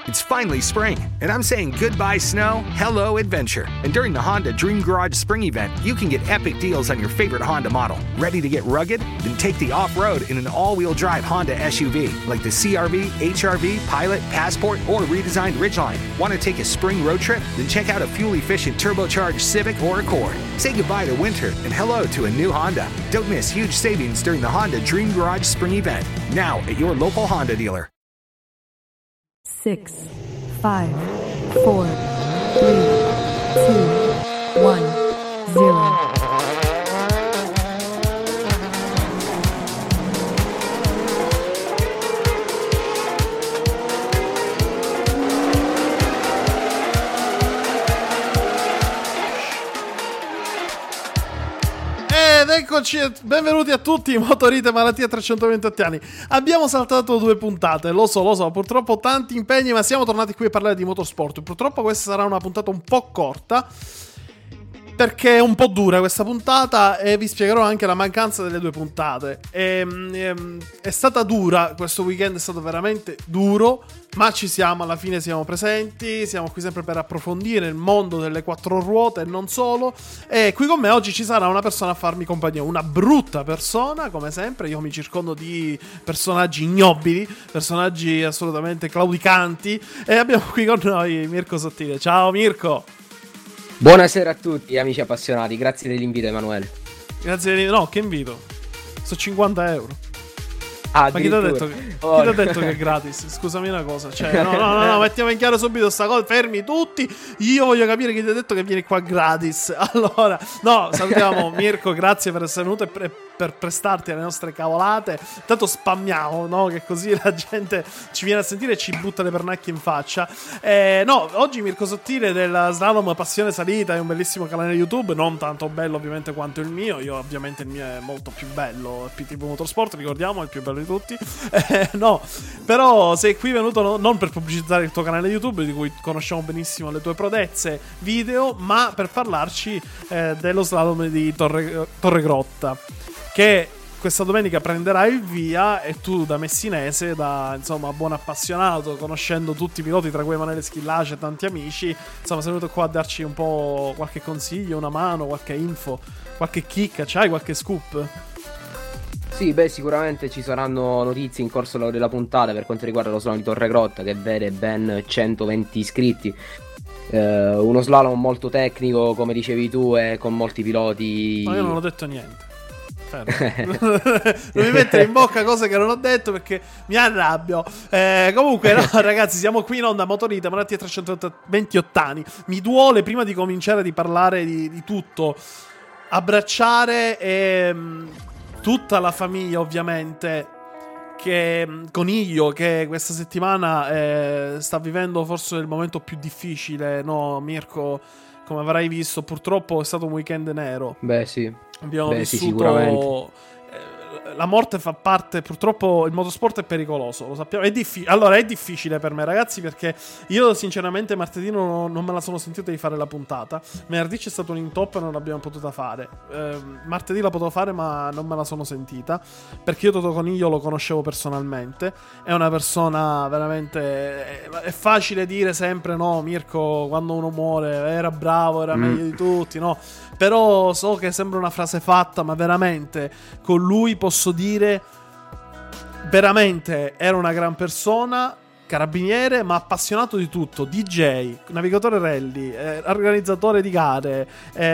It's finally spring, and I'm saying goodbye snow, hello adventure. And during the Honda Dream Garage Spring Event, you can get epic deals on your favorite Honda model. Ready to get rugged? Then take the off-road in an all-wheel drive Honda SUV, like the CR-V, HR-V, Pilot, Passport, or redesigned Ridgeline. Want to take a spring road trip? Then check out a fuel-efficient turbocharged Civic or Accord. Say goodbye to winter and hello to a new Honda. Don't miss huge savings during the Honda Dream Garage Spring Event. Now at your local Honda dealer. 6, 5, 4, 3, 2, 1, 0. Eccoci, benvenuti a tutti, Motorite Malattia 328 anni. Abbiamo saltato 2 puntate, lo so, purtroppo tanti impegni, ma siamo tornati qui a parlare di motorsport. Purtroppo questa sarà una puntata un po' corta, perché è un po' dura questa puntata e vi spiegherò anche la mancanza delle 2 puntate. È stata dura, questo weekend è stato veramente duro, ma ci siamo, alla fine siamo presenti, siamo qui sempre per approfondire il mondo delle 4 ruote e non solo. E qui con me oggi ci sarà una persona a farmi compagnia, una brutta persona, come sempre. Io mi circondo di personaggi ignobili, personaggi assolutamente claudicanti, e abbiamo qui con noi Mirko Sottile. Ciao Mirko! Buonasera a tutti amici appassionati, grazie dell'invito Emanuele. Grazie, no, che invito? Sono 50 euro. Ah, ma chi ti ha detto che è gratis? Scusami una cosa, cioè, no, mettiamo in chiaro subito sta cosa, fermi tutti. Io voglio capire chi ti ha detto che vieni qua gratis. Allora, no, salutiamo Mirko, grazie per essere venuto e per prestarti alle nostre cavolate. Tanto spammiamo, no? Che così la gente ci viene a sentire e ci butta le pernacchie in faccia. No, oggi Mirko Sottile della Slalom Passione Salita è un bellissimo canale YouTube, non tanto bello ovviamente quanto il mio. Io ovviamente il mio è molto più bello, PTV Motorsport, ricordiamo, è il più bello di tutti. No, però sei qui venuto non per pubblicizzare il tuo canale YouTube, di cui conosciamo benissimo le tue prodezze video, ma per parlarci dello slalom di Torregrotta, che questa domenica prenderà il via. E tu, da messinese, da insomma buon appassionato, conoscendo tutti i piloti, tra cui Emanuele Schillace e tanti amici, insomma sei venuto qua a darci un po' qualche consiglio, una mano, qualche info, qualche chicca. C'hai qualche scoop? Sì, beh, sicuramente ci saranno notizie in corso della puntata per quanto riguarda lo slalom di Torregrotta, che vede ben 120 iscritti. Uno slalom molto tecnico, come dicevi tu, e con molti piloti. Ma io non ho detto niente. Non mi mettere in bocca cose che non ho detto, perché mi arrabbio. Comunque, no, ragazzi, siamo qui in onda Motorite Malattia 328 anni. Mi duole, prima di cominciare di parlare di tutto, abbracciare tutta la famiglia, ovviamente, che Coniglio, che questa settimana sta vivendo forse il momento più difficile, no Mirko? Come avrai visto, purtroppo è stato un weekend nero. Beh, sì. Abbiamo vissuto. Sì, sicuramente. La morte fa parte, purtroppo il motorsport è pericoloso, lo sappiamo. Allora è difficile per me, ragazzi, perché io sinceramente martedì non me la sono sentita di fare la puntata. Venerdì c'è stato un intoppo e non l'abbiamo potuta fare. Martedì la potevo fare, ma non me la sono sentita, perché io Toto Coniglio lo conoscevo personalmente. È una persona veramente, è facile dire sempre, no Mirko, quando uno muore era bravo, era meglio di tutti, no? Però so che sembra una frase fatta, ma veramente con lui posso dire, veramente era una gran persona, carabiniere, ma appassionato di tutto, DJ, navigatore rally, organizzatore di gare,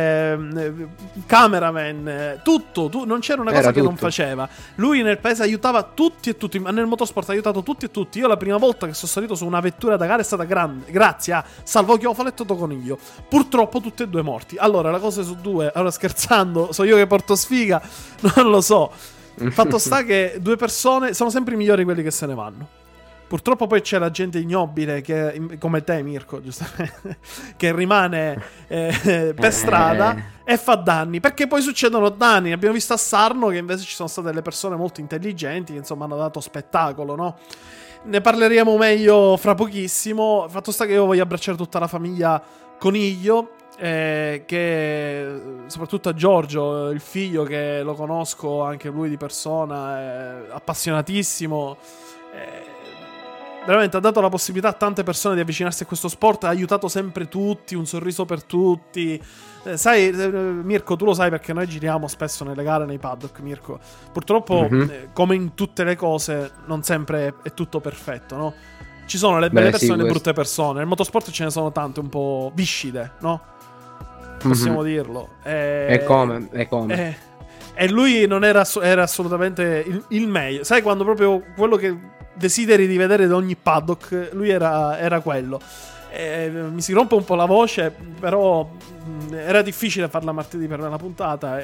cameraman, tutto, non c'era una cosa che non faceva. Lui nel paese aiutava tutti e tutti, ma nel motorsport ha aiutato tutti e tutti. Io la prima volta che sono salito su una vettura da gara è stata grande, grazie a Salvo Chiofalo e Toto Coniglio. Purtroppo tutti e due morti. Allora, la cosa su due, allora scherzando, so io che porto sfiga, non lo so. Fatto sta che 2 persone sono sempre i migliori quelli che se ne vanno. Purtroppo poi c'è la gente ignobile che, come te Mirko, giustamente, che rimane per strada e fa danni, perché poi succedono danni. Abbiamo visto a Sarno che invece ci sono state delle persone molto intelligenti che insomma hanno dato spettacolo, no? Ne parleremo meglio fra pochissimo. Fatto sta che io voglio abbracciare tutta la famiglia Coniglio, che soprattutto a Giorgio, il figlio, che lo conosco anche lui di persona, è appassionatissimo, veramente ha dato la possibilità a tante persone di avvicinarsi a questo sport, ha aiutato sempre tutti, un sorriso per tutti. Sai, Mirko, tu lo sai perché noi giriamo spesso nelle gare, nei paddock, Mirko. Purtroppo, come in tutte le cose, non sempre è tutto perfetto, no? Ci sono le belle persone e le brutte persone. Nel motorsport ce ne sono tante un po' viscide, no? Possiamo dirlo. E come? E lui non era assolutamente il meglio. Sai, quando proprio quello che desideri di vedere da ogni paddock, lui era quello. Mi si rompe un po' la voce, però era difficile farla martedì per me la puntata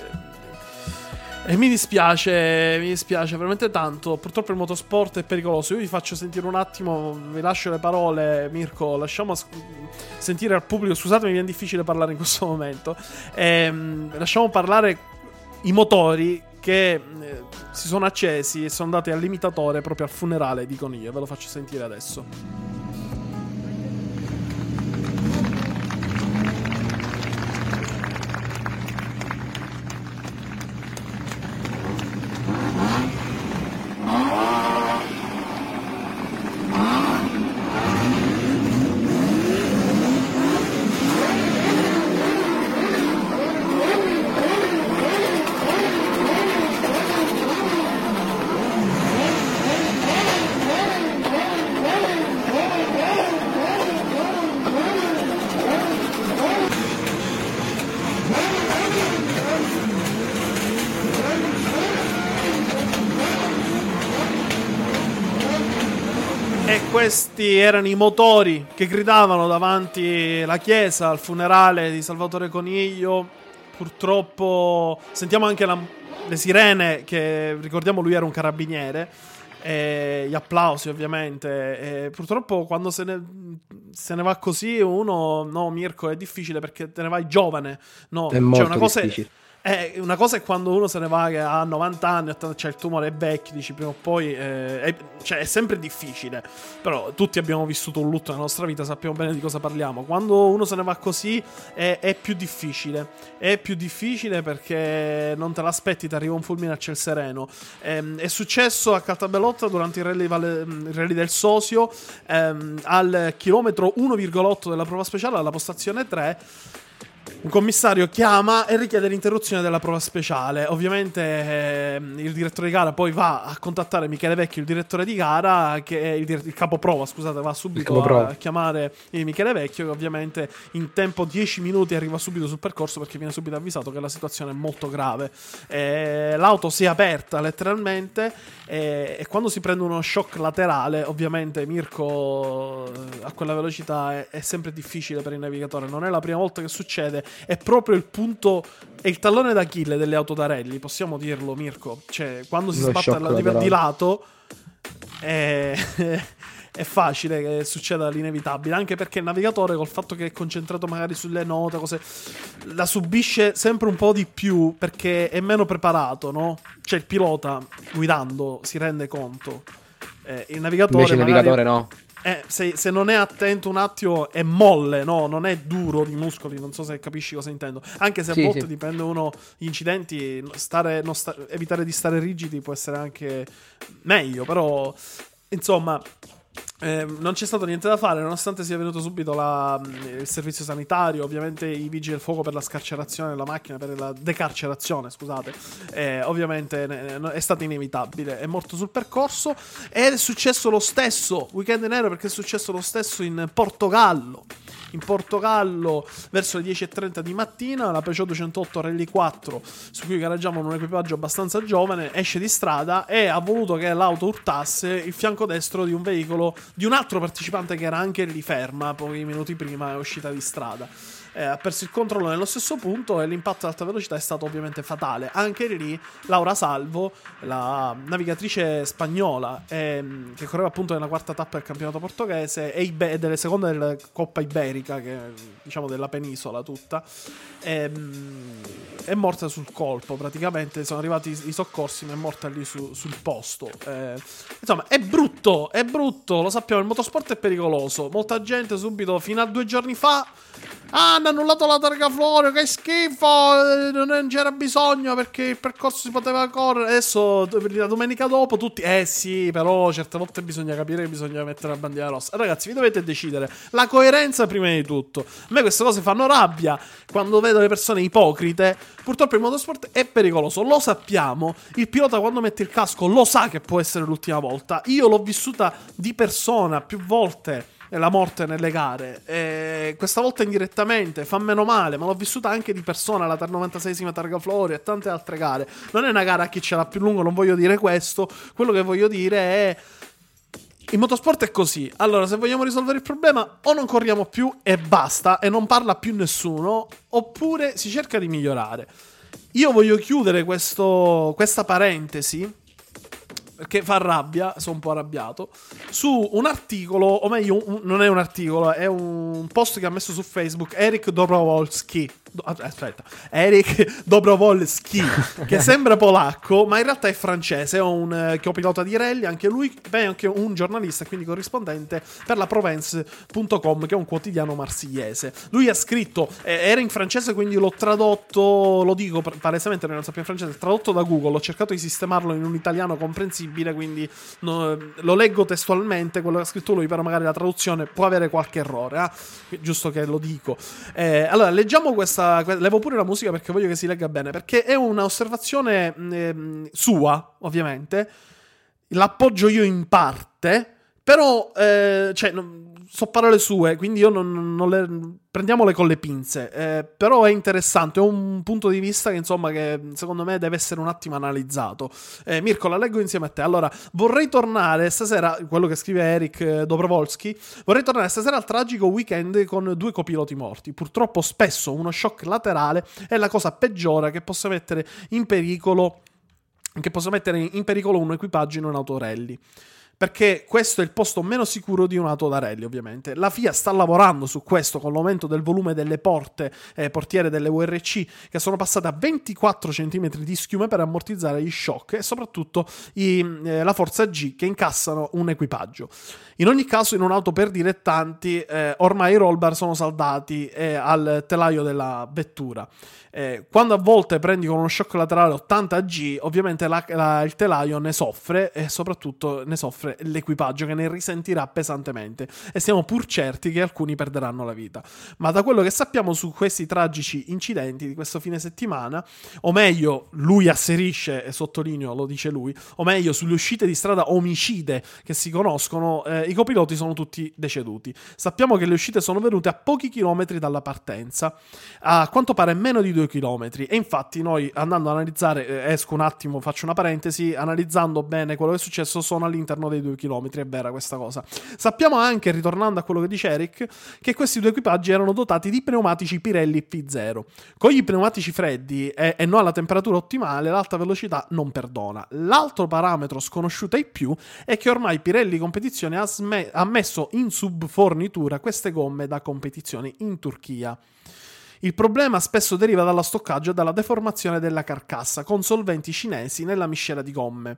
e mi dispiace veramente tanto. Purtroppo il motorsport è pericoloso. Io vi faccio sentire un attimo, vi lascio le parole, Mirko, lasciamo sentire al pubblico. Scusatemi, mi viene difficile parlare in questo momento. Lasciamo parlare i motori che si sono accesi e sono andati al limitatore proprio al funerale di Coniglio. Ve lo faccio sentire adesso. Questi erano i motori che gridavano davanti la chiesa al funerale di Salvatore Coniglio. Purtroppo sentiamo anche le sirene, che ricordiamo lui era un carabiniere, e gli applausi ovviamente. E purtroppo quando se ne va così uno, no Mirko, è difficile perché te ne vai giovane, no? È molto difficile. Una cosa è quando uno se ne va che ha 90 anni, c'è il tumore, è vecchio, dici prima o poi è sempre difficile. Però tutti abbiamo vissuto un lutto nella nostra vita, sappiamo bene di cosa parliamo. Quando uno se ne va così è più difficile. È più difficile perché non te l'aspetti, ti arriva un fulmine a ciel sereno. È successo a Caltabelotta durante il rally del Sosio, al chilometro 1,8 della prova speciale, alla postazione 3. Un commissario chiama e richiede l'interruzione della prova speciale. Ovviamente il direttore di gara poi va a contattare Michele Vecchio, il direttore di gara, che è il capoprova, scusate, va subito a chiamare Michele Vecchio, che ovviamente in tempo 10 minuti arriva subito sul percorso perché viene subito avvisato che la situazione è molto grave. L'auto si è aperta letteralmente e quando si prende uno shock laterale, ovviamente Mirko a quella velocità è sempre difficile per il navigatore. Non è la prima volta che succede. È proprio il punto, è il tallone d'Achille delle auto da rally, possiamo dirlo, Mirko. Cioè, quando si sbatte di lato è facile che succeda l'inevitabile, anche perché il navigatore, col fatto che è concentrato magari sulle note, cose, la subisce sempre un po' di più perché è meno preparato, no? Cioè il pilota guidando si rende conto, il navigatore invece il navigatore no. Se non è attento un attimo è molle, no? Non è duro di muscoli, non so se capisci cosa intendo. Anche se a volte dipende gli incidenti, evitare di stare rigidi può essere anche meglio, però insomma non c'è stato niente da fare, nonostante sia venuto subito il servizio sanitario, ovviamente i vigili del fuoco per la scarcerazione della macchina, per la decarcerazione, scusate, ovviamente è stato inevitabile, è morto sul percorso. Ed è successo lo stesso weekend nero, perché è successo lo stesso in Portogallo. In Portogallo, verso le 10:30 di mattina, la Peugeot 208 Rally 4, su cui gareggiamo un equipaggio abbastanza giovane, esce di strada e ha voluto che l'auto urtasse il fianco destro di un veicolo di un altro partecipante che era anche lì ferma, pochi minuti prima è uscita di strada. Ha perso il controllo nello stesso punto e l'impatto ad alta velocità è stato ovviamente fatale. Anche lì Laura Salvo, la navigatrice spagnola che correva appunto nella quarta tappa del campionato portoghese e delle seconde della Coppa Iberica, che diciamo della penisola tutta, è morta sul colpo. Praticamente sono arrivati i soccorsi, ma è morta lì sul posto. Insomma, è brutto, lo sappiamo, il motorsport è pericoloso. Molta gente subito, fino a 2 giorni fa, hanno annullato la targa Florio, che schifo, non c'era bisogno perché il percorso si poteva correre. Adesso la domenica dopo tutti sì, però certe volte bisogna capire che bisogna mettere la bandiera rossa. Ragazzi, vi dovete decidere, la coerenza prima di tutto. A me queste cose fanno rabbia quando vedo le persone ipocrite. Purtroppo il motorsport è pericoloso, lo sappiamo. Il pilota quando mette il casco lo sa che può essere l'ultima volta. Io l'ho vissuta di persona più volte, la morte nelle gare, questa volta indirettamente, fa meno male, ma l'ho vissuta anche di persona, la 96esima Targa Florio e tante altre gare. Non è una gara a chi ce l'ha più lungo, non voglio dire questo. Quello che voglio dire è: il motorsport è così. Allora, se vogliamo risolvere il problema, o non corriamo più e basta, e non parla più nessuno, oppure si cerca di migliorare. Io voglio chiudere questa parentesi, perché fa rabbia, sono un po' arrabbiato, su un articolo, o meglio, non è un articolo, è un post che ha messo su Facebook Eric Dobrowolski, che sembra polacco, ma in realtà è francese, è un pilota di rally, anche lui, beh, anche un giornalista, quindi corrispondente per la Provence.com, che è un quotidiano marsigliese. Lui ha scritto, era in francese, quindi l'ho tradotto, lo dico palesemente, non sappiamo francese, tradotto da Google, ho cercato di sistemarlo in un italiano comprensibile, quindi lo leggo testualmente, quello che ha scritto lui, però magari la traduzione può avere qualche errore, giusto che lo dico. Allora, leggiamo questa. Levo pure la musica perché voglio che si legga bene, perché è un'osservazione sua, ovviamente. L'appoggio io in parte, però so parole sue, quindi io non le prendiamole con le pinze, però è interessante, è un punto di vista che insomma che secondo me deve essere un attimo analizzato. Mirko, la leggo insieme a te. Allora, vorrei tornare stasera, quello che scrive Eric Dobrowolski, vorrei tornare stasera al tragico weekend con 2 copiloti morti. Purtroppo spesso uno shock laterale è la cosa peggiore che possa mettere in pericolo un equipaggio in un'autorally, perché questo è il posto meno sicuro di un'auto da rally, ovviamente. La FIA sta lavorando su questo con l'aumento del volume delle portiere delle WRC, che sono passate a 24 cm di schiume per ammortizzare gli shock, e soprattutto la forza G che incassano un equipaggio. In ogni caso, in un'auto per dilettanti, ormai i roll bar sono saldati al telaio della vettura. Quando a volte prendi con uno shock laterale 80 G, ovviamente il telaio ne soffre, e soprattutto ne soffre l'equipaggio, che ne risentirà pesantemente, e siamo pur certi che alcuni perderanno la vita. Ma da quello che sappiamo su questi tragici incidenti di questo fine settimana, o meglio, lui asserisce, e sottolineo, lo dice lui, o meglio, sulle uscite di strada omicide che si conoscono, i copiloti sono tutti deceduti. Sappiamo che le uscite sono venute a pochi chilometri dalla partenza, a quanto pare meno di 2 chilometri, e infatti noi, andando ad analizzare, esco un attimo, faccio una parentesi, analizzando bene quello che è successo, sono all'interno dei 2 chilometri, è vera questa cosa. Sappiamo anche, ritornando a quello che dice Eric, che questi 2 equipaggi erano dotati di pneumatici Pirelli P0. Con i pneumatici freddi e non alla temperatura ottimale, l'alta velocità non perdona. L'altro parametro sconosciuto ai più è che ormai Pirelli Competizione ha messo in subfornitura queste gomme da competizione in Turchia. Il problema spesso deriva dallo stoccaggio e dalla deformazione della carcassa con solventi cinesi nella miscela di gomme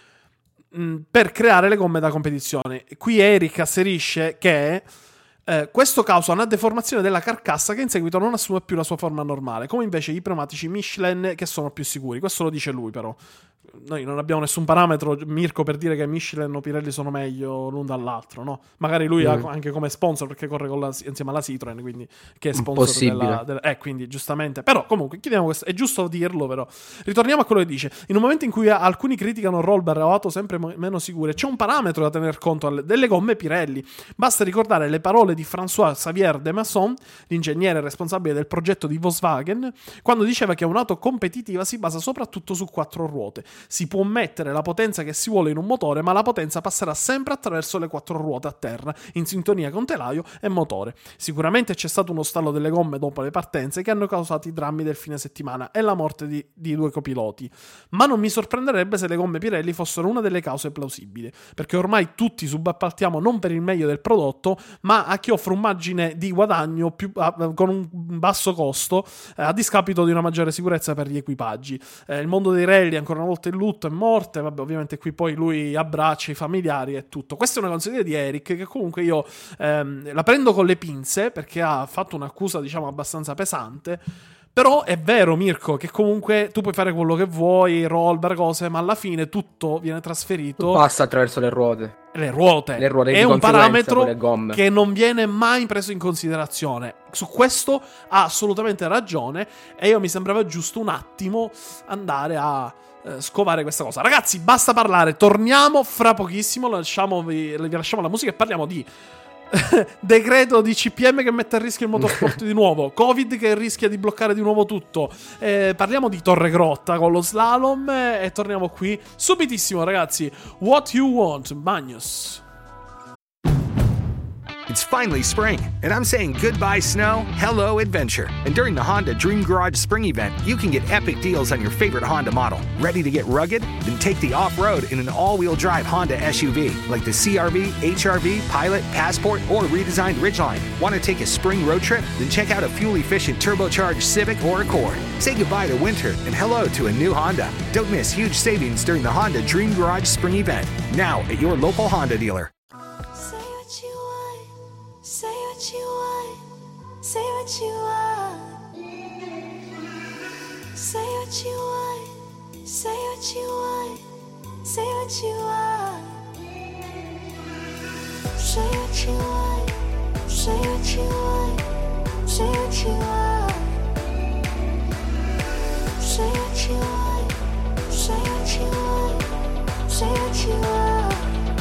per creare le gomme da competizione. Qui Eric asserisce che questo causa una deformazione della carcassa che in seguito non assume più la sua forma normale, come invece i pneumatici Michelin, che sono più sicuri. Questo lo dice lui, però noi non abbiamo nessun parametro, Mirko, per dire che Michelin o Pirelli sono meglio l'un dall'altro, no? Magari lui ha anche come sponsor, perché corre insieme alla Citroen, quindi, che è sponsor quindi giustamente. Però comunque chiediamo questo, è giusto dirlo, però ritorniamo a quello che dice. In un momento in cui alcuni criticano roll bar o auto sempre meno sicure, c'è un parametro da tener conto delle gomme Pirelli. Basta ricordare le parole di François Xavier de Masson, l'ingegnere responsabile del progetto di Volkswagen, quando diceva che un'auto competitiva si basa soprattutto su 4 ruote. Si può mettere la potenza che si vuole in un motore, ma la potenza passerà sempre attraverso le 4 ruote a terra, in sintonia con telaio e motore. Sicuramente c'è stato uno stallo delle gomme dopo le partenze che hanno causato i drammi del fine settimana e la morte di 2 copiloti. Ma non mi sorprenderebbe se le gomme Pirelli fossero una delle cause plausibili, perché ormai tutti subappaltiamo non per il meglio del prodotto, ma a chi offre un margine di guadagno con un basso costo, a discapito di una maggiore sicurezza per gli equipaggi. Il mondo dei rally, ancora una volta, morte in lutto e morte, vabbè, ovviamente qui poi lui abbraccia i familiari e tutto. Questa è una consigliera di Eric che comunque io la prendo con le pinze perché ha fatto un'accusa, diciamo, abbastanza pesante. Però è vero, Mirko, che comunque tu puoi fare quello che vuoi, rollbar, cose, ma alla fine tutto viene trasferito. Passa attraverso le ruote. Le ruote è un parametro che non viene mai preso in considerazione. Su questo ha assolutamente ragione. E io mi sembrava giusto un attimo andare a scovare questa cosa. Ragazzi, basta parlare. Torniamo fra pochissimo. Vi lasciamo la musica e parliamo di decreto di CPM che mette a rischio il motorsport di nuovo, Covid che rischia di bloccare di nuovo tutto, parliamo di Torregrotta con lo slalom e torniamo qui subitissimo, ragazzi. What You Want, Magnus. It's finally spring, and I'm saying goodbye snow, hello adventure. And during the Honda Dream Garage Spring Event, you can get epic deals on your favorite Honda model. Ready to get rugged? Then take the off-road in an all-wheel drive Honda SUV, like the CR-V, HR-V, Pilot, Passport, or redesigned Ridgeline. Want to take a spring road trip? Then check out a fuel-efficient turbocharged Civic or Accord. Say goodbye to winter and hello to a new Honda. Don't miss huge savings during the Honda Dream Garage Spring Event, now at your local Honda dealer. Say what you want, say what you want. Say what you want, say what you want, say what you want. Say what you want, say what you want, say what you want. Say what you want, say what you want, say what you want.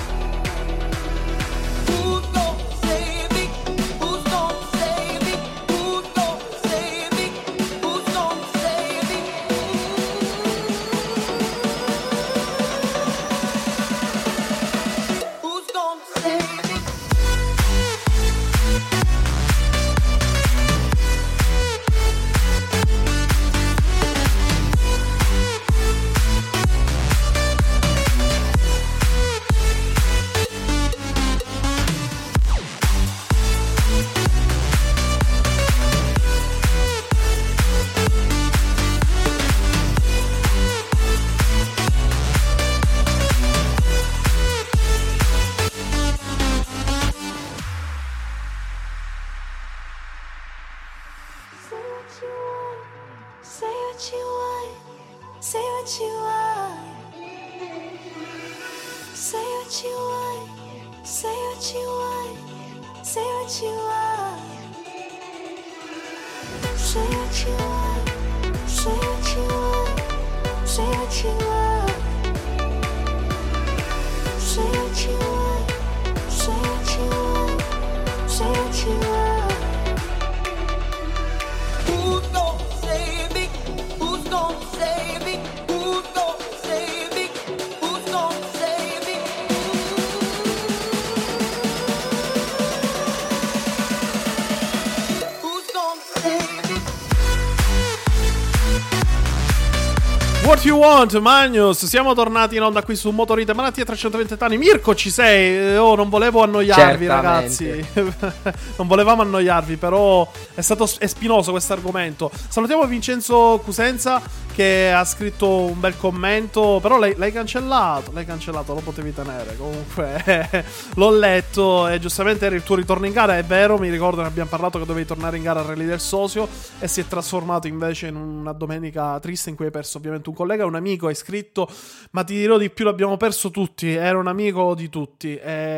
What You Want, Magnus. Siamo tornati in onda qui su Motorite Malattie 320 anni. Mirko, ci sei? Oh, non volevo annoiarvi, ragazzi. Non volevamo annoiarvi, però è spinoso questo argomento. Salutiamo Vincenzo Cusenza che ha scritto un bel commento. Però l'hai cancellato, lo potevi tenere. Comunque l'ho letto e giustamente era il tuo ritorno in gara. È vero, mi ricordo, ne abbiamo parlato, che dovevi tornare in gara al Rally del Sosio e si è trasformato invece in una domenica triste in cui hai perso ovviamente un collega, un amico. Hai scritto: ma ti dirò di più, l'abbiamo perso tutti, era un amico di tutti.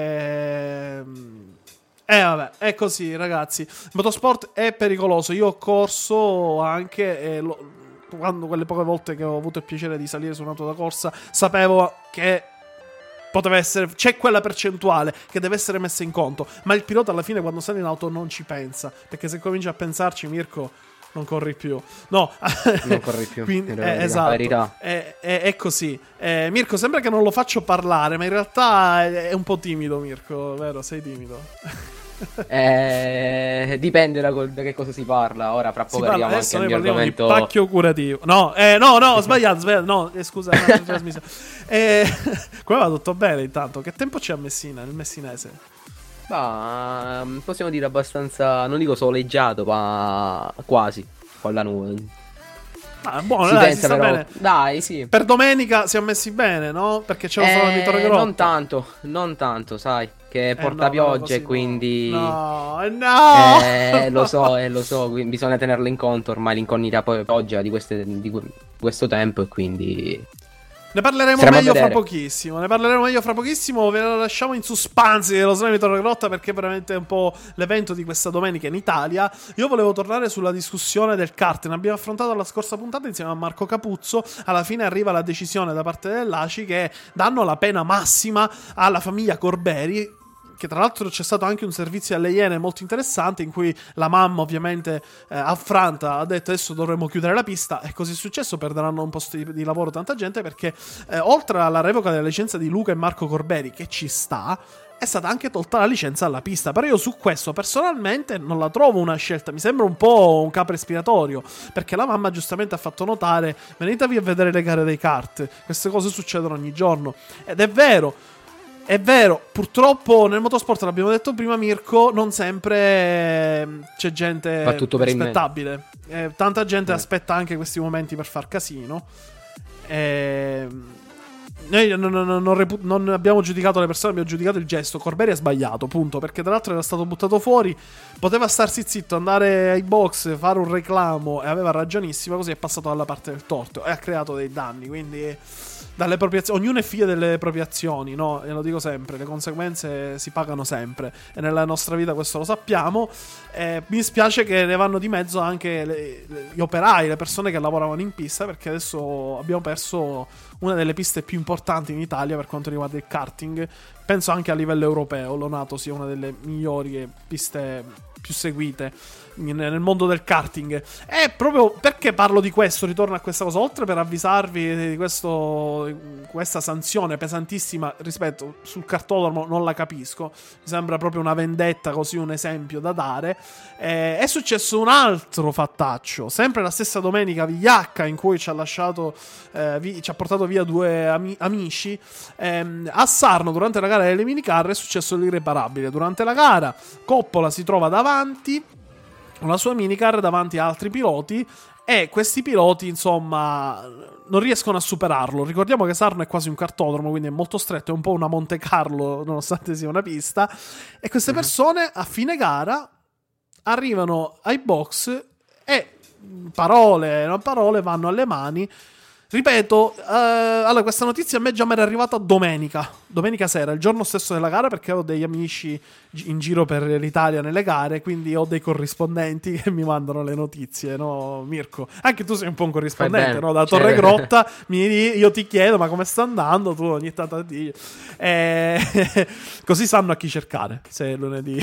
Vabbè, è così, ragazzi. Il motorsport è pericoloso. Io ho corso anche quando quelle poche volte che ho avuto il piacere di salire su un'auto da corsa, sapevo che poteva essere, c'è quella percentuale che deve essere messa in conto, ma il pilota alla fine quando sale in auto non ci pensa, perché se cominci a pensarci, Mirko, non corri più. No, non corri più. Quindi, esatto. È così. Mirko, sembra che non lo faccio parlare, ma in realtà è un po' timido, Mirko, vero? Sei timido. Dipende da che cosa si parla. Ora fra poco arriviamo anche al mio argomento di pacchio curativo. No, ho sbagliato. No, scusa, come va? Tutto bene intanto? Che tempo c'è a Messina, nel messinese? Ma possiamo dire abbastanza, non dico soleggiato, ma quasi con la nube. Buono, si dai, pensa si sta però, bene. dai, sì. Per domenica siamo messi bene, no? Perché c'è lo slalom di Torregrotta. Non tanto, sai, che porta no, pioggia così e quindi... No. Lo so, quindi bisogna tenerlo in conto ormai l'incognita pioggia di questo tempo e quindi... Ne parleremo Staremo a meglio fra vedere. pochissimo. Ve lo lasciamo in suspense dello slalom di Torregrotta, perché è veramente un po' l'evento di questa domenica in Italia. Io volevo tornare sulla discussione del kart. Ne abbiamo affrontato la scorsa puntata insieme a Marco Capuzzo. Alla fine arriva la decisione da parte dell'ACI che danno la pena massima alla famiglia Corberi, che tra l'altro c'è stato anche un servizio alle Iene molto interessante, in cui la mamma ovviamente affranta ha detto adesso dovremmo chiudere la pista, e così è successo. Perderanno un posto di lavoro tanta gente, perché oltre alla revoca della licenza di Luca e Marco Corberi, che ci sta, è stata anche tolta la licenza alla pista. Però io su questo personalmente non la trovo una scelta, mi sembra un po' un capo espiatorio, perché la mamma giustamente ha fatto notare: venitevi a vedere le gare dei kart, queste cose succedono ogni giorno. Ed è vero, purtroppo nel motorsport, l'abbiamo detto prima Mirko, non sempre c'è gente Va tutto per il rispettabile. Tanta gente aspetta anche questi momenti per far casino. Noi non abbiamo giudicato le persone, abbiamo giudicato il gesto. Corberi ha sbagliato, punto, perché tra l'altro era stato buttato fuori, poteva starsi zitto, andare ai box, fare un reclamo, e aveva ragionissimo, così è passato dalla parte del torto e ha creato dei danni. Quindi dalle proprie azioni, ognuno è figlio delle proprie azioni, no? E lo dico sempre, le conseguenze si pagano sempre, e nella nostra vita questo lo sappiamo. Mi dispiace che ne vanno di mezzo anche gli operai, le persone che lavoravano in pista, perché adesso abbiamo perso una delle piste più importanti in Italia per quanto riguarda il karting. Penso anche a livello europeo Lonato sia una delle migliori piste più seguite nel mondo del karting. E proprio perché parlo di questo, ritorno a questa cosa, oltre per avvisarvi di questa sanzione pesantissima, rispetto sul cartodromo non la capisco, mi sembra proprio una vendetta, così un esempio da dare. È successo un altro fattaccio, sempre la stessa domenica vigliacca, in cui ci ha lasciato ci ha portato via due amici. A Sarno, durante la gara delle minicar, è successo l'irreparabile. Durante la gara Coppola si trova davanti una sua minicar davanti a altri piloti, e questi piloti insomma non riescono a superarlo. Ricordiamo che Sarno è quasi un cartodromo, quindi è molto stretto, è un po' una Monte Carlo nonostante sia una pista, e queste persone a fine gara arrivano ai box e parole non parole vanno alle mani. Ripeto, allora questa notizia a me già mi era arrivata domenica sera, il giorno stesso della gara, perché ho degli amici in giro per l'Italia nelle gare, quindi ho dei corrispondenti che mi mandano le notizie, no Mirko? Anche tu sei un po' un corrispondente, no? Da Torregrotta io ti chiedo ma come sta andando, tu ogni tanto dici. Così sanno a chi cercare, se è lunedì.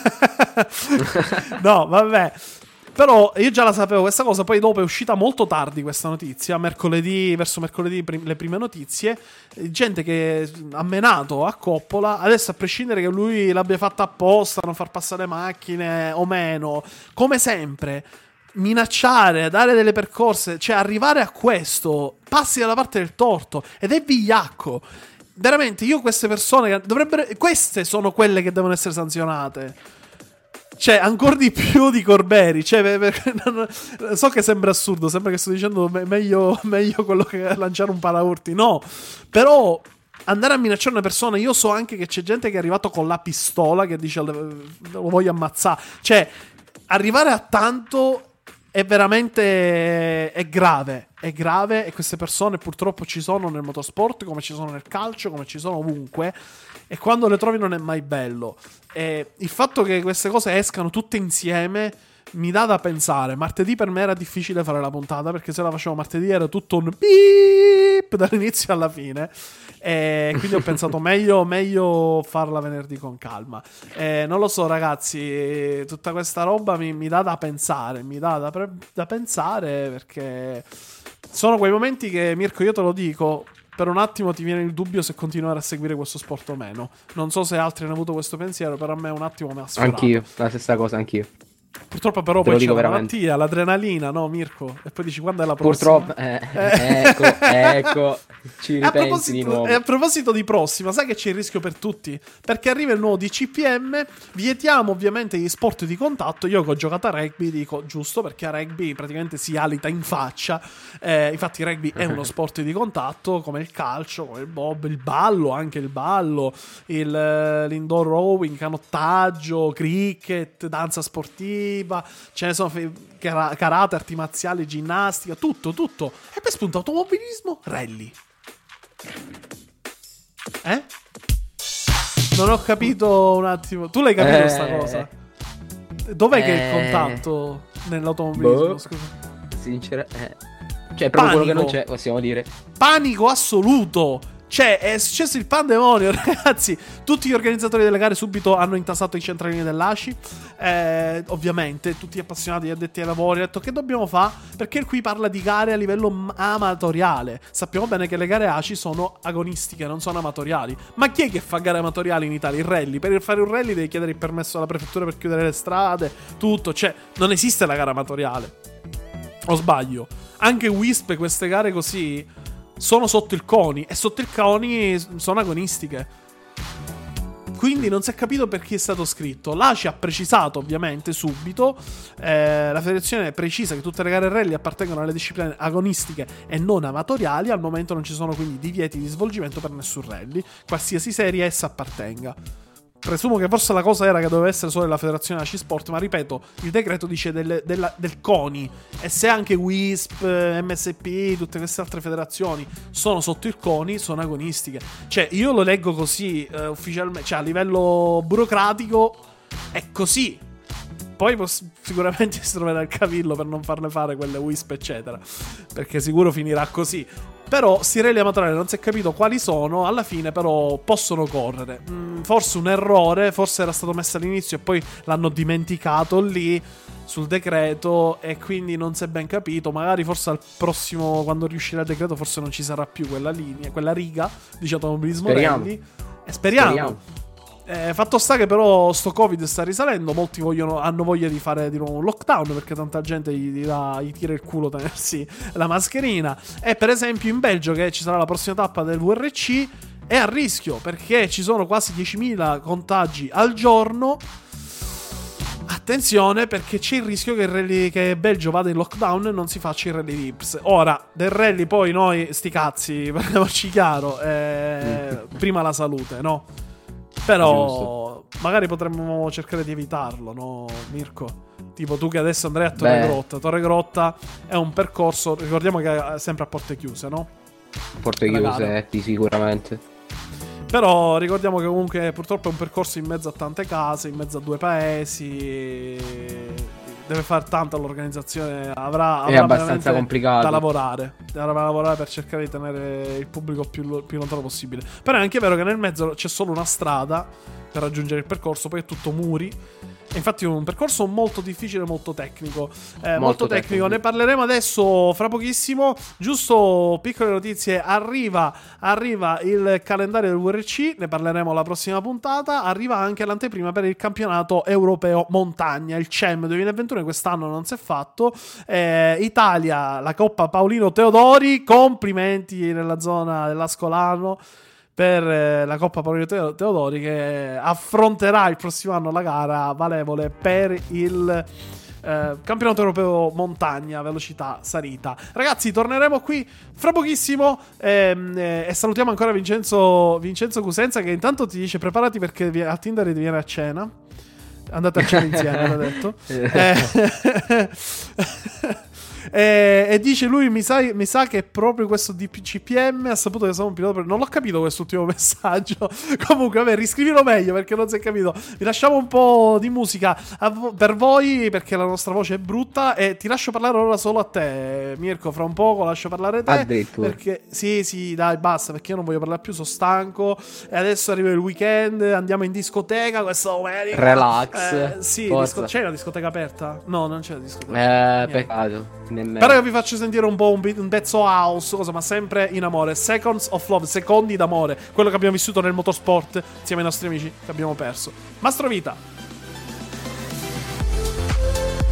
No, vabbè. Però io già la sapevo questa cosa, poi dopo è uscita molto tardi questa notizia, verso mercoledì le prime notizie, gente che ha menato a Coppola, adesso a prescindere che lui l'abbia fatta apposta, non far passare macchine o meno, come sempre, minacciare, dare delle percorse, cioè arrivare a questo, passi dalla parte del torto, ed è vigliacco. Veramente, io queste persone queste sono quelle che devono essere sanzionate. Cioè, ancora di più di Corberi. Cioè, so che sembra assurdo, sembra che sto dicendo meglio quello che lanciare un paraurti. No, però andare a minacciare una persona, io so anche che c'è gente che è arrivato con la pistola, che dice lo voglio ammazzare. Cioè, arrivare a tanto è veramente è grave, e queste persone purtroppo ci sono nel motorsport, come ci sono nel calcio, come ci sono ovunque, e quando le trovi non è mai bello. E il fatto che queste cose escano tutte insieme mi dà da pensare. Martedì per me era difficile fare la puntata, perché se la facevo martedì era tutto un beep dall'inizio alla fine, e quindi ho pensato meglio farla venerdì con calma. Non lo so ragazzi, tutta questa roba mi dà da pensare, da pensare, perché sono quei momenti che, Mirko, io te lo dico, per un attimo ti viene il dubbio se continuare a seguire questo sport o meno. Non so se altri hanno avuto questo pensiero, però a me un attimo mi ha sforato. Anch'io, la stessa cosa, anch'io. Purtroppo però Te poi lo c'è dico la veramente. malattia, l'adrenalina, no Mirko? E poi dici quando è la prossima? Purtroppo, ecco, ci E a ripensi di nuovo. proposito di prossima, sai che c'è il rischio per tutti? Perché arriva il nuovo DCPM, vietiamo ovviamente gli sport di contatto. Io che ho giocato a rugby dico giusto, perché a rugby praticamente si alita in faccia. Infatti il rugby è uno sport di contatto, come il calcio, come il bob, il ballo, anche il ballo, l'indoor rowing, canottaggio, cricket, danza sportiva, ce ne sono karate, arti marziali, ginnastica, tutto. E poi spunta automobilismo, rally. Non ho capito un attimo. Tu l'hai capito sta cosa? Dov'è che è il contatto nell'automobilismo? Scusa. Cioè, proprio quello che Panico. non c'è, possiamo dire. Panico assoluto. Cioè, è successo il pandemonio, ragazzi. Tutti gli organizzatori delle gare subito hanno intasato i centralini dell'ACI. Ovviamente, tutti gli appassionati, gli addetti ai lavori, hanno detto che dobbiamo fare? Perché qui parla di gare a livello amatoriale. Sappiamo bene che le gare ACI sono agonistiche, non sono amatoriali. Ma chi è che fa gare amatoriali in Italia? Il rally. Per fare un rally devi chiedere il permesso alla prefettura per chiudere le strade, tutto. Cioè, non esiste la gara amatoriale. O sbaglio? Anche WISP, queste gare così sono sotto il CONI, e sotto il CONI sono agonistiche. Quindi non si è capito per chi è stato scritto. L'ACI ha precisato ovviamente subito, la federazione precisa che tutte le gare rally appartengono alle discipline agonistiche e non amatoriali. Al momento non ci sono quindi divieti di svolgimento per nessun rally, qualsiasi serie essa appartenga. Presumo che forse la cosa era che doveva essere solo la federazione ACI Sport, ma ripeto, il decreto dice del CONI, e se anche WISP, MSP, tutte queste altre federazioni sono sotto il CONI, sono agonistiche. Cioè, io lo leggo così ufficialmente, cioè a livello burocratico è così. Poi sicuramente si troverà il cavillo per non farle fare quelle WISP eccetera, perché sicuro finirà così. Però sti rally amatoriali non si è capito quali sono. Alla fine però possono correre. Forse un errore, forse era stato messo all'inizio e poi l'hanno dimenticato lì sul decreto, e quindi non si è ben capito. Magari forse al prossimo, quando riuscirà il decreto, forse non ci sarà più quella linea, quella riga di automobilismo rally. E speriamo. Fatto sta che però sto Covid sta risalendo. Molti hanno voglia di fare di nuovo un lockdown, perché tanta gente gli tira il culo tenersi la mascherina. E per esempio in Belgio, che ci sarà la prossima tappa del VRC, è a rischio, perché ci sono quasi 10.000 contagi al giorno. Attenzione, perché c'è il rischio che Belgio vada in lockdown e non si faccia il rally Vips. Ora, del rally poi noi sti cazzi, parliamoci chiaro, prima la salute, no? Però magari potremmo cercare di evitarlo, no, Mirko? Tipo tu che adesso andrai a Torre Grotta è un percorso, ricordiamo che è sempre a porte chiuse, no? Porte chiuse, sicuramente. Però ricordiamo che comunque purtroppo è un percorso in mezzo a tante case, in mezzo a 2 paesi. Deve fare tanto l'organizzazione, avrà è abbastanza complicato da lavorare. Dovrà lavorare per cercare di tenere il pubblico più lontano possibile. Però è anche vero che nel mezzo c'è solo una strada per raggiungere il percorso, poi è tutto muri. E infatti è un percorso molto difficile, molto tecnico. Molto tecnico. Ne parleremo adesso fra pochissimo. Giusto piccole notizie. Arriva il calendario del VRC. Ne parleremo alla prossima puntata. Arriva anche l'anteprima per il campionato europeo montagna, il CEM 2021. Quest'anno non si è fatto. Italia, la Coppa Paolino Teodori. Complimenti nella zona dell'Ascolano per la Coppa Paolino Teodori, che affronterà il prossimo anno la gara valevole per il campionato europeo montagna velocità salita. Ragazzi, torneremo qui fra pochissimo e salutiamo ancora Vincenzo Cusenza, che intanto ti dice preparati perché a Tinder ti viene a cena. Andate a cena insieme, l'ha detto. E dice lui: mi sa che proprio questo DCPM ha saputo che sono un pilota. Non l'ho capito quest'ultimo messaggio. Comunque, vabbè, riscrivilo meglio perché non si è capito. Vi lasciamo un po' di musica per voi, perché la nostra voce è brutta. E ti lascio parlare ora solo a te, Mirko. Fra un poco lascio parlare te. Addirittura. Perché sì, dai, basta. Perché io non voglio parlare più, sono stanco. E adesso arriva il weekend. Andiamo in discoteca questa domenica. Relax. Sì, c'è la discoteca aperta? No, non c'è la discoteca. Peccato. Però io vi faccio sentire un po' un pezzo house, ma sempre in amore. Seconds of Love, secondi d'amore. Quello che abbiamo vissuto nel motorsport insieme ai nostri amici che abbiamo perso. Mastro Vita.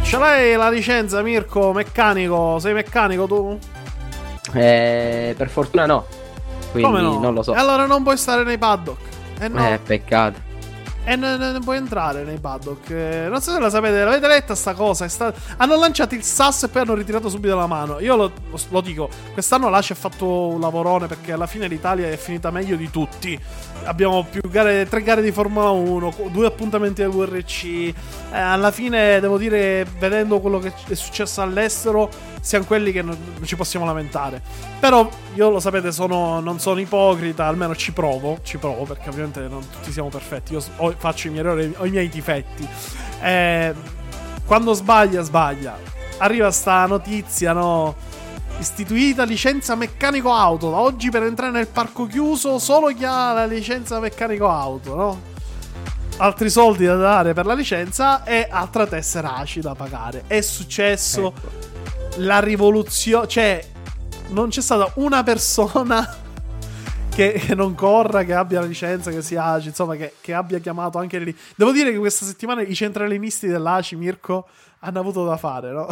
Ce l'hai la licenza, Mirko? Meccanico? Sei meccanico tu? Per fortuna no. Quindi Come no? non lo so. E allora non puoi stare nei paddock. No. Peccato. E non puoi entrare nei paddock. Non so se la sapete, l'avete letta sta cosa? Hanno lanciato il sasso e poi hanno ritirato subito la mano. Io lo dico, quest'anno l'ACI ha fatto un lavorone, perché alla fine l'Italia è finita meglio di tutti. Abbiamo 3 gare di Formula 1, 2 appuntamenti del WRC. Alla fine, devo dire, vedendo quello che è successo all'estero, siamo quelli che non ci possiamo lamentare. Però io, lo sapete, non sono ipocrita, almeno ci provo, perché ovviamente non tutti siamo perfetti. Io faccio i miei errori, ho i miei difetti. Quando sbaglia. Arriva sta notizia, no? Istituita licenza meccanico auto. Da oggi per entrare nel parco chiuso solo chi ha la licenza meccanico auto, no? Altri soldi da dare per la licenza e altra tessera ACI da pagare. È successo la rivoluzione. Cioè, non c'è stata una persona che non corra, che abbia la licenza, che sia ACI, insomma, che abbia chiamato anche lì. Devo dire che questa settimana i centralinisti dell'ACI, Mirko, hanno avuto da fare, no?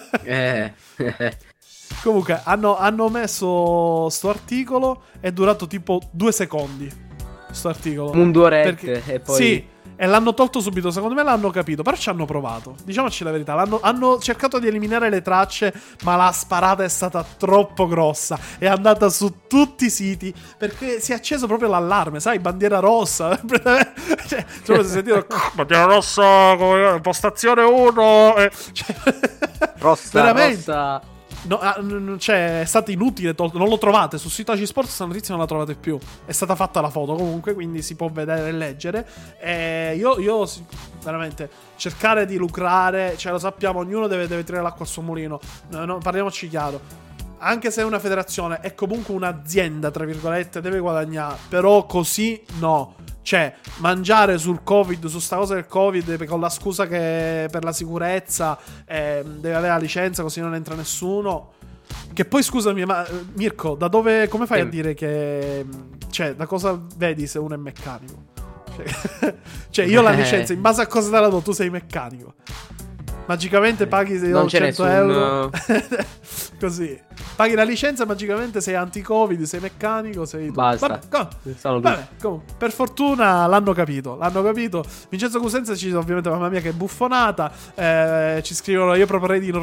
Comunque hanno messo sto articolo, è durato tipo 2 secondi sto articolo, un 2 orette e poi... Sì, e l'hanno tolto subito. Secondo me l'hanno capito, però ci hanno provato, diciamoci la verità. Hanno cercato di eliminare le tracce, ma la sparata è stata troppo grossa. È andata su tutti i siti, perché si è acceso proprio l'allarme, sai, bandiera rossa. Cioè, si sentito bandiera rossa, postazione 1 rossa. No, cioè, è stato inutile, non lo trovate sul sito ACI Sports, questa notizia non la trovate più. È stata fatta la foto comunque, quindi si può vedere e leggere. Io veramente, cercare di lucrare, cioè, lo sappiamo, ognuno deve tirare l'acqua al suo mulino. No, parliamoci chiaro. Anche se è una federazione, è comunque un'azienda, tra virgolette, deve guadagnare. Però così no. Cioè, mangiare sul Covid, su sta cosa del Covid, con la scusa che per la sicurezza deve avere la licenza, così non entra nessuno. Che poi, scusami, ma Mirko, da dove, come fai a dire che... Cioè, da cosa vedi se uno è meccanico? Cioè, io la licenza, in base a cosa te la do? Tu sei meccanico. Magicamente paghi 100 euro. Così. Paghi la licenza, magicamente sei anti-Covid, sei meccanico, sei... Basta. Vabbè, per fortuna l'hanno capito. Vincenzo Cusenza ci dice, ovviamente, mamma mia che buffonata. Ci scrivono, io proporrei di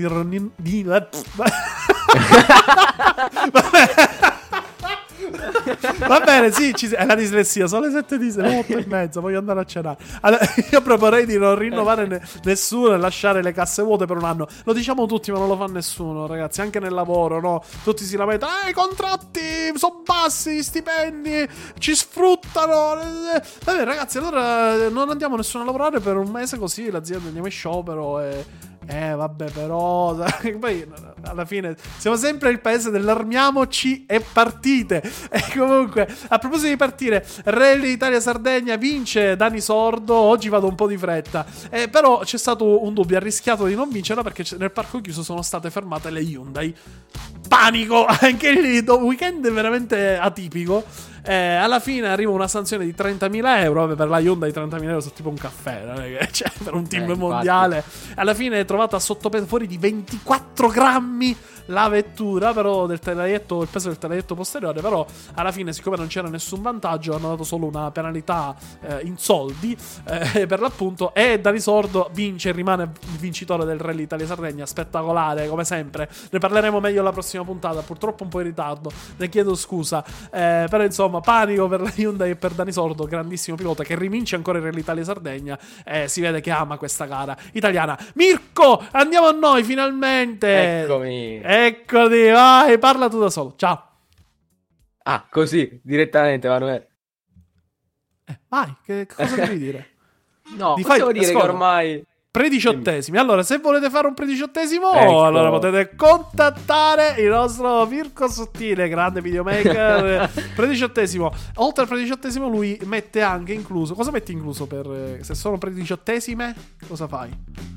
Va bene, sì, è la dislessia. Sono le 7 di sera, 8 e mezza. Voglio andare a cenare. Allora, io proporrei di non rinnovare nessuno e lasciare le casse vuote per un anno. Lo diciamo tutti, ma non lo fa nessuno, ragazzi. Anche nel lavoro, no? Tutti si lamentano: i contratti sono bassi, gli stipendi ci sfruttano. Vabbè, ragazzi, allora non andiamo nessuno a lavorare per un mese, così l'azienda andiamo in sciopero e... vabbè, però poi alla fine siamo sempre il paese dell'armiamoci e partite. E comunque, a proposito di partire, Rally Italia-Sardegna vince Dani Sordo. Oggi vado un po' di fretta, però c'è stato un dubbio, ha rischiato di non vincerla perché nel parco chiuso sono state fermate le Hyundai. Panico, anche lì, weekend veramente atipico. Alla fine arriva una sanzione di 30.000 euro. Vabbè, per la Hyundai 30.000 euro sono tipo un caffè, non è che, cioè, per un team mondiale. Alla fine è trovata sottopeso, fuori di 24 grammi la vettura, però del telaietto, il peso del telaietto posteriore. Però alla fine, siccome non c'era nessun vantaggio, hanno dato solo una penalità in soldi, per l'appunto. E Dani Sordo vince e rimane il vincitore del Rally Italia-Sardegna. Spettacolare, come sempre. Ne parleremo meglio la prossima puntata, purtroppo un po' in ritardo, ne chiedo scusa. Però insomma, panico per la Hyundai e per Dani Sordo, grandissimo pilota che rivince ancora il Rally Italia-Sardegna. Si vede che ama questa gara italiana. Mirko, andiamo a noi finalmente. Eccoti, vai, parla tu da solo. Ciao. Ah, così, direttamente, Manuele. Vai, che cosa devi dire? No, possiamo dire che ormai... Prediciottesimi. Allora, se volete fare un prediciottesimo, ecco, allora potete contattare il nostro Mirko Sottile, grande videomaker. Prediciottesimo. Oltre al prediciottesimo, lui mette anche incluso. Cosa metti incluso per se sono prediciottesime? Cosa fai?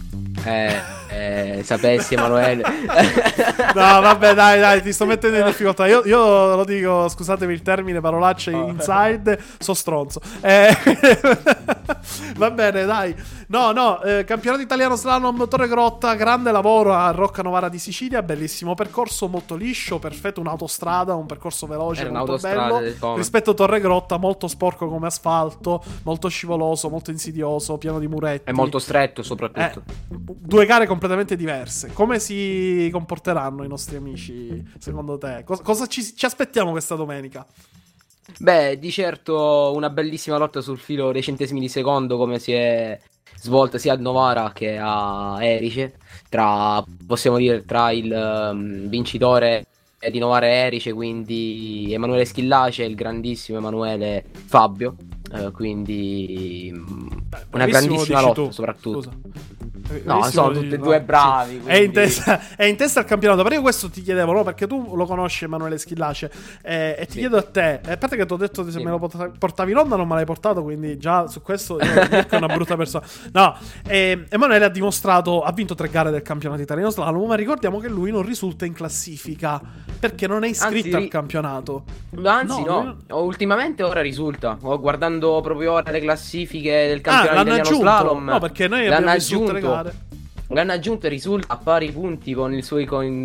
Sapessi, Emanuele. No, vabbè, dai, ti sto mettendo in difficoltà. Io lo dico, scusatemi il termine, parolacce inside, so stronzo. Va bene, dai. No, campionato italiano slalom Torre Grotta, grande lavoro a Rocca Novara di Sicilia, bellissimo percorso, molto liscio, perfetto, un'autostrada, un percorso veloce, molto bello. Rispetto a Torre Grotta, molto sporco come asfalto, molto scivoloso, molto insidioso, pieno di muretti. È molto stretto soprattutto. Due gare completamente diverse. Come si comporteranno i nostri amici, secondo te? Cosa ci aspettiamo questa domenica? Beh, di certo una bellissima lotta sul filo dei centesimi di secondo, come si è svolta sia a Novara che a Erice, possiamo dire tra il vincitore di Novara e Erice, quindi Emanuele Schillace e il grandissimo Emanuele Fabio, quindi una grandissima lotta soprattutto. Scusa. No, sono tutti e due bravi. Sì. È in testa al campionato. Però io questo ti chiedevo, no? Perché tu lo conosci Emanuele Schillace, e ti chiedo a te. A parte che ti ho detto se me lo portavi in onda, non me l'hai portato. Quindi già su questo è una brutta persona. No, Emanuele ha vinto 3 gare del campionato italiano slalom. Ma ricordiamo che lui non risulta in classifica perché non è iscritto al campionato. Anzi, no. Ultimamente ora risulta. Guardando proprio ora le classifiche del campionato italiano slalom. No, perché noi abbiamo visto tutte le gare. L'hanno aggiunto e risulta a pari punti con il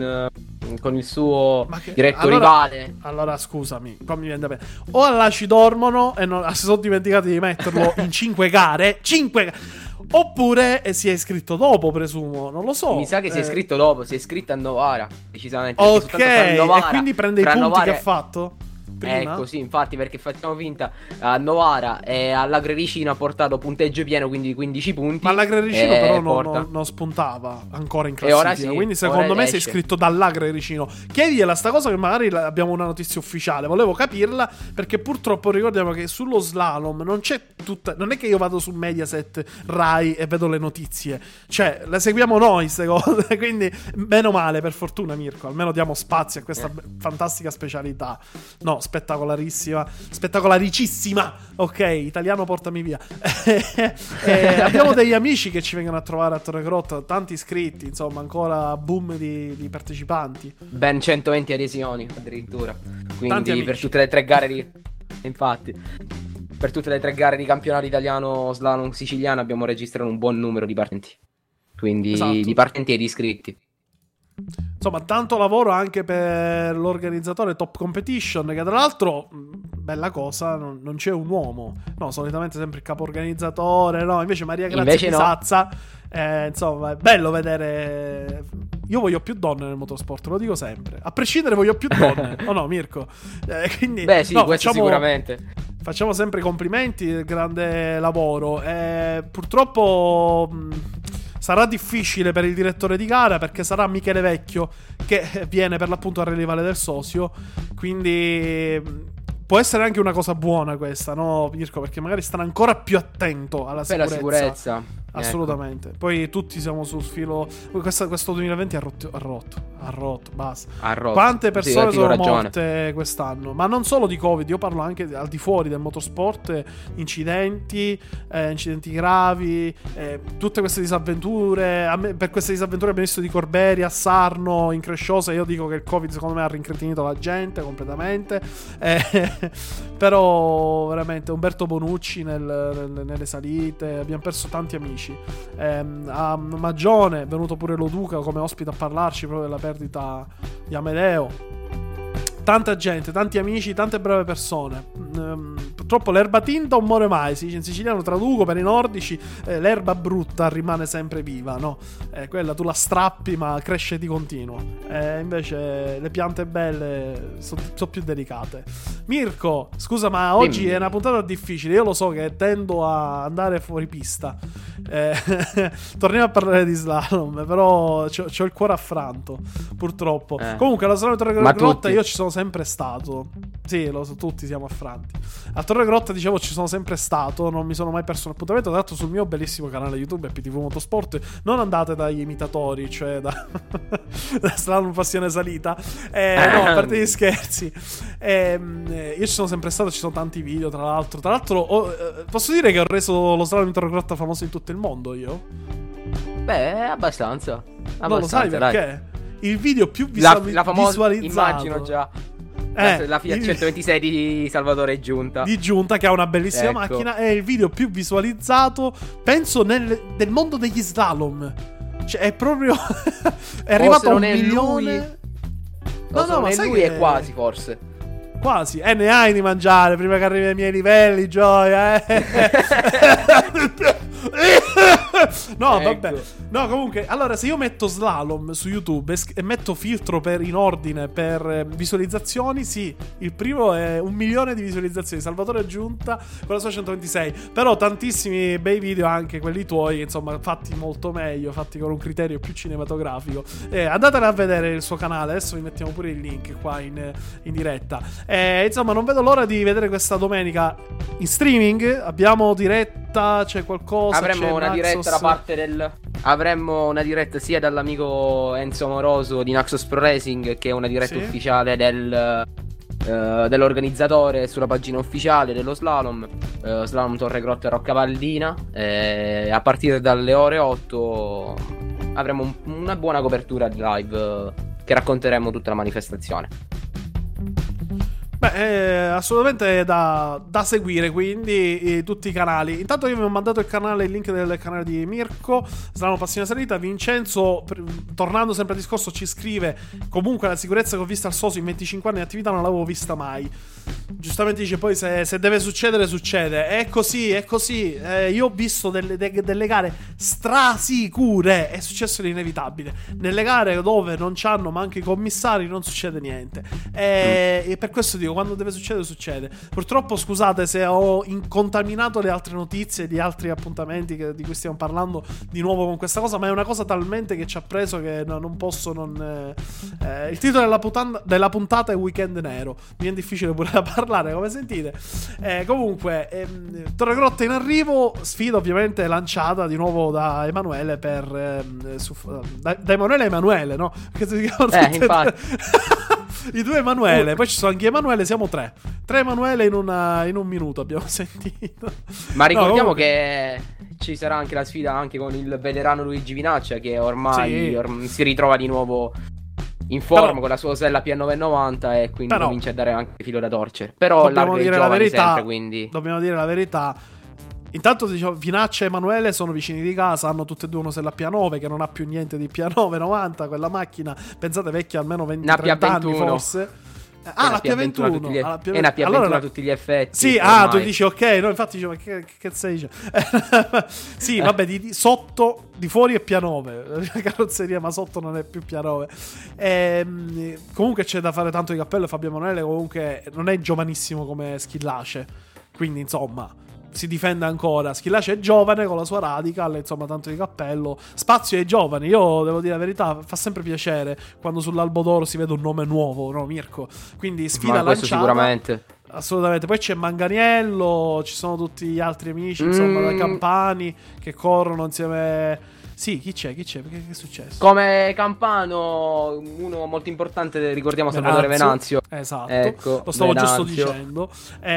suo diretto rivale. Allora scusami, qua mi viene da bene. O alla ci dormono e si sono dimenticati di metterlo in 5 gare. 5 oppure si è iscritto dopo, presumo. Non lo so. Mi sa che si è iscritto dopo. Si è iscritto a Novara, decisamente. Ok, Novara, e quindi prende i punti Novara che ha fatto prima. Ecco, sì, infatti, perché facciamo finta a Novara e all'Agrericino ha portato punteggio pieno, quindi 15 punti. Ma all'Agrericino però non spuntava ancora in classifica, quindi secondo me si è iscritto dall'Agrericino. Chiedigliela sta cosa, che magari abbiamo una notizia ufficiale. Volevo capirla, perché purtroppo ricordiamo che sullo slalom non c'è non è che io vado su Mediaset, Rai e vedo le notizie. Cioè, le seguiamo noi queste cose, quindi meno male, per fortuna, Mirko, almeno diamo spazio a questa fantastica specialità. No, spettacolaricissima. Ok, italiano, portami via. Abbiamo degli amici che ci vengono a trovare a Torre Grotta, tanti iscritti, insomma, ancora boom di partecipanti. Ben 120 adesioni addirittura. Quindi per tutte le 3 gare per tutte le 3 gare di campionato italiano slalom siciliano abbiamo registrato un buon numero di partenti. Quindi di partenti e di iscritti. Insomma, tanto lavoro anche per l'organizzatore Top Competition, che tra l'altro, bella cosa, non c'è un uomo. No, solitamente sempre il capo organizzatore, no, invece Maria Grazia Pisazza. Insomma, è bello vedere. Io voglio più donne nel motorsport, lo dico sempre. A prescindere voglio più donne. O no, Mirko? Quindi, beh, sì, questo sicuramente. Facciamo sempre complimenti, grande lavoro. Purtroppo sarà difficile per il direttore di gara, perché sarà Michele Vecchio che viene per l'appunto a rilevare del socio. Quindi può essere anche una cosa buona questa, no, Mirko? Perché magari starà ancora più attento alla sicurezza. Per la sicurezza. Assolutamente. Ecco. Poi tutti siamo sul filo. Questo 2020 ha rotto, basta. Quante persone sono morte quest'anno? Ma non solo di Covid, io parlo anche al di fuori del motorsport. Incidenti gravi, tutte queste disavventure. Per queste disavventure abbiamo visto di Corberi a Sarno, in Cresciosa. Io dico che il Covid secondo me ha rincretinito la gente completamente. Però veramente Umberto Bonucci nelle salite. Abbiamo perso tanti amici. A Magione è venuto pure Lo Duca come ospite a parlarci proprio della perdita di Amedeo. Tanta gente, tanti amici, tante brave persone. Purtroppo l'erba tinta non muore mai. Si dice in siciliano, traduco per i nordici, l'erba brutta rimane sempre viva, no? Quella tu la strappi ma cresce di continuo. Invece le piante belle sono più delicate. Mirko, scusa, ma oggi è una puntata difficile. Io lo so che tendo a andare fuori pista. Torniamo a parlare di slalom, però c'ho il cuore affranto, purtroppo. Comunque la slalom Torre Grotta io ci sono sempre stato. Sì, lo so, tutti siamo affranti. A Torre Grotta, dicevo, ci sono sempre stato. Non mi sono mai perso un appuntamento. Tra l'altro sul mio bellissimo canale YouTube PTV Motorsport. Non andate dagli imitatori, cioè da Slalom Passione Salita. No, a parte gli scherzi. Io ci sono sempre stato. Ci sono tanti video, tra l'altro. Posso dire che ho reso lo slalom in Torre Grotta famoso in tutto il mondo, io? Beh, abbastanza. Non lo sai perché? Il video più visualizzato, immagino già. La Fiat 126 di Salvatore Giunta. Di Giunta, che ha una bellissima Ecco. macchina. È il video più visualizzato, penso, del mondo degli slalom. Cioè, è proprio. È arrivato se a un non è milione. ma sai lui che è quasi, forse. Quasi. Ne hai di mangiare prima che arrivi ai miei livelli, Gioia. No, Ecco. vabbè. No, comunque, allora, se io metto slalom su YouTube e metto filtro in ordine per visualizzazioni, sì, il primo è 1 milione di visualizzazioni. Salvatore Giunta con la sua 126. Però tantissimi bei video, anche quelli tuoi, insomma, fatti molto meglio, fatti con un criterio più cinematografico. Andatene a vedere il suo canale. Adesso vi mettiamo pure il link qua in diretta. Insomma, non vedo l'ora di vedere questa domenica in streaming. Abbiamo diretta, c'è qualcosa. Avremmo c'è una Naxos. diretta da parte avremmo una diretta sia dall'amico Enzo Amoroso di Naxos Pro Racing, che è una diretta Sì. ufficiale dell'organizzatore sulla pagina ufficiale dello slalom, Slalom Torre Grotta e Roccavaldina. A partire dalle ore 8 avremo una buona copertura di live, che racconteremo tutta la manifestazione. Beh, assolutamente da seguire, quindi tutti i canali. Intanto io vi ho mandato il link del canale di Mirko, Slalom Passione Salita. Vincenzo, tornando sempre al discorso, ci scrive: comunque la sicurezza che ho visto al Soso in 25 anni di attività non l'avevo vista mai. Giustamente dice, poi se deve succedere, succede. È così, è così. Io ho visto delle gare strasicure, è successo l'inevitabile. Nelle gare dove non c'hanno manco i commissari non succede niente. E per questo dico, quando deve succedere, succede. Purtroppo, scusate se ho incontaminato le altre notizie di altri appuntamenti di cui stiamo parlando di nuovo con questa cosa, ma è una cosa talmente che ci ha preso che non posso non... il titolo della puntata è Weekend Nero. Mi è difficile pure da parlare, come sentite. Comunque, Torre Grotta in arrivo, sfida ovviamente lanciata di nuovo da Emanuele da Emanuele a Emanuele, no? Che si chiamano tutte Infatti. i due Emanuele, poi ci sono anche Emanuele, siamo tre Emanuele in un minuto abbiamo sentito. Ma ricordiamo comunque... che ci sarà anche la sfida anche con il veterano Luigi Vinaccia, che ormai Sì. si ritrova di nuovo in forma, Però- con la sua Osella P990, e quindi Però- comincia a dare anche filo da torcere. Però dobbiamo larga i dire la giovani verità, sempre, quindi dobbiamo dire la verità. Intanto, diciamo, Vinaccia e Emanuele sono vicini di casa, hanno tutte e due uno Sella P9 che non ha più niente di P9 90, quella macchina, pensate, vecchia almeno 20-30 anni forse. La P21. È una P21 Allora, a tutti gli effetti. sì, ormai. tu dici ok, no, infatti dicevo, ma che stai dicendo? Sì, vabbè, sotto, di fuori è P9, la carrozzeria, ma sotto non è più P9. Comunque c'è da fare tanto di cappello. Fabio Emanuele comunque non è giovanissimo come Schillace, quindi insomma si difende ancora. Schillace è giovane con la sua Radical, insomma, tanto di cappello. Spazio ai giovani. Io devo dire la verità, fa sempre piacere quando sull'Albo d'Oro si vede un nome nuovo, no, Mirko? Quindi sfida Ma questo lanciata. sicuramente. Assolutamente. Poi c'è Manganiello, ci sono tutti gli altri amici, insomma, da Campani, che corrono insieme. Sì, chi c'è? Che è successo? Come Campano, uno molto importante, ricordiamo Salvatore Venanzio. Esatto, Ecco, lo stavo giusto Venanzio. dicendo.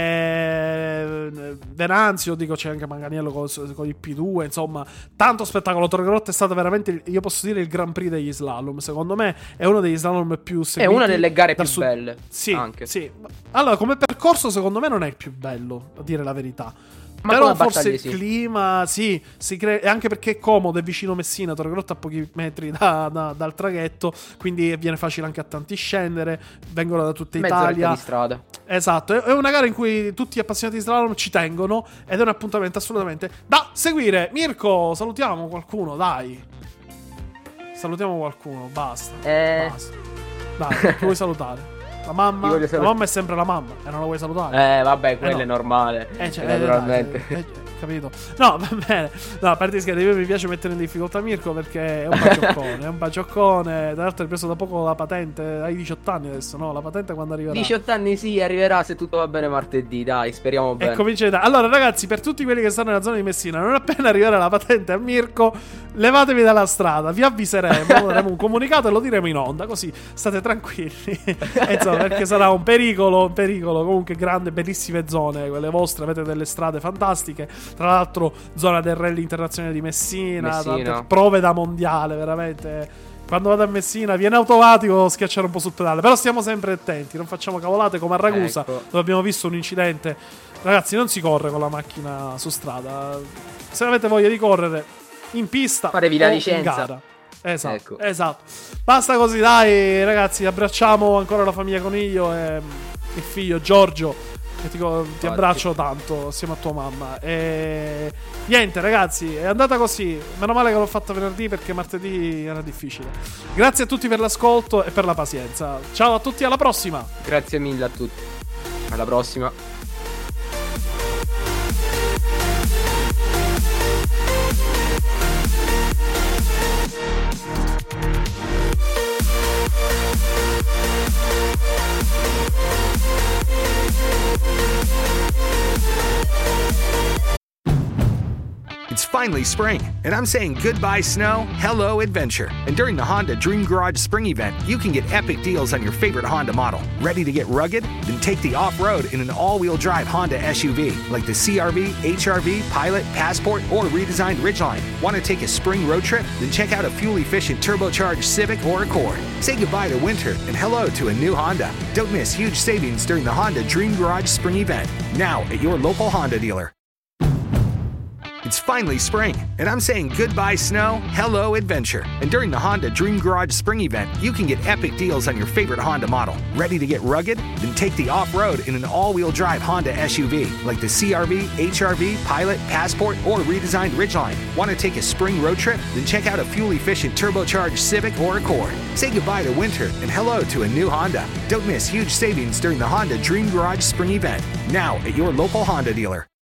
Venanzio, dico, c'è anche Manganiello con il P2, insomma, tanto spettacolo. Torre Grotta è stata veramente, io posso dire, il Grand Prix degli slalom. Secondo me è uno degli slalom più È seguiti. una delle gare più dal sud. belle. Sì, anche. sì. Allora, come percorso, secondo me non è il più bello, a dire la verità. Ma Però come forse battaglie, il sì. clima, sì, si crea, e anche perché è comodo, è vicino Messina, Torre Grotta a pochi metri dal traghetto, quindi viene facile anche a tanti scendere, vengono da tutta Mezz'oretta Italia. di strada. Esatto, è una gara in cui tutti gli appassionati di slalom ci tengono, ed è un appuntamento assolutamente da seguire. Mirko, salutiamo qualcuno, dai. Salutiamo qualcuno, basta. Basta. Dai, chi vuoi salutare? La mamma? Io voglio La salutare. mamma è sempre la mamma, e non la vuoi salutare? Vabbè, quello no. è normale. Naturalmente. Dai, capito? No, va bene. No, a parte gli scherzi, mi piace mettere in difficoltà Mirko perché è un bagioccone. È un bagioccone. Tra l'altro hai preso da poco la patente. Hai 18 anni adesso, no? La patente quando arriverà? 18 anni sì, arriverà se tutto va bene martedì, dai, speriamo bene. E comincia da... Allora, ragazzi, per tutti quelli che stanno nella zona di Messina, non appena arriverà la patente a Mirko, levatevi dalla strada, vi avviseremo, daremo un comunicato e lo diremo in onda, così state tranquilli. E insomma, perché sarà un pericolo comunque grande, bellissime zone, quelle vostre, avete delle strade fantastiche. Tra l'altro, zona del rally internazionale di Messina. Messina. Tante prove da mondiale, veramente quando vado a Messina viene automatico schiacciare un po' sul pedale. Però stiamo sempre attenti, non facciamo cavolate come a Ragusa, Ecco. dove abbiamo visto un incidente. Ragazzi, non si corre con la macchina su strada. Se avete voglia di correre in pista, Fatevi la o in licenza. gara. Esatto, Ecco. esatto. Basta così, dai, ragazzi. Abbracciamo ancora la famiglia Coniglio e il figlio Giorgio. Che ti abbraccio tanto assieme a tua mamma. E niente, ragazzi, è andata così. Meno male che l'ho fatta venerdì, perché martedì era difficile. Grazie a tutti per l'ascolto e per la pazienza. Ciao a tutti, alla prossima. Grazie mille a tutti. Alla prossima. It's finally spring, and I'm saying goodbye snow, hello adventure. And during the Honda Dream Garage Spring Event, you can get epic deals on your favorite Honda model. Ready to get rugged? Then take the off-road in an all-wheel drive Honda SUV, like the CR-V, HR-V, Pilot, Passport, or redesigned Ridgeline. Want to take a spring road trip? Then check out a fuel-efficient turbocharged Civic or Accord. Say goodbye to winter and hello to a new Honda. Don't miss huge savings during the Honda Dream Garage Spring Event, now at your local Honda dealer. It's finally spring, and I'm saying goodbye snow, hello adventure. And during the Honda Dream Garage Spring Event, you can get epic deals on your favorite Honda model. Ready to get rugged? Then take the off-road in an all-wheel drive Honda SUV, like the CR-V, HR-V, Pilot, Passport, or redesigned Ridgeline. Want to take a spring road trip? Then check out a fuel-efficient turbocharged Civic or Accord. Say goodbye to winter and hello to a new Honda. Don't miss huge savings during the Honda Dream Garage Spring Event, now at your local Honda dealer.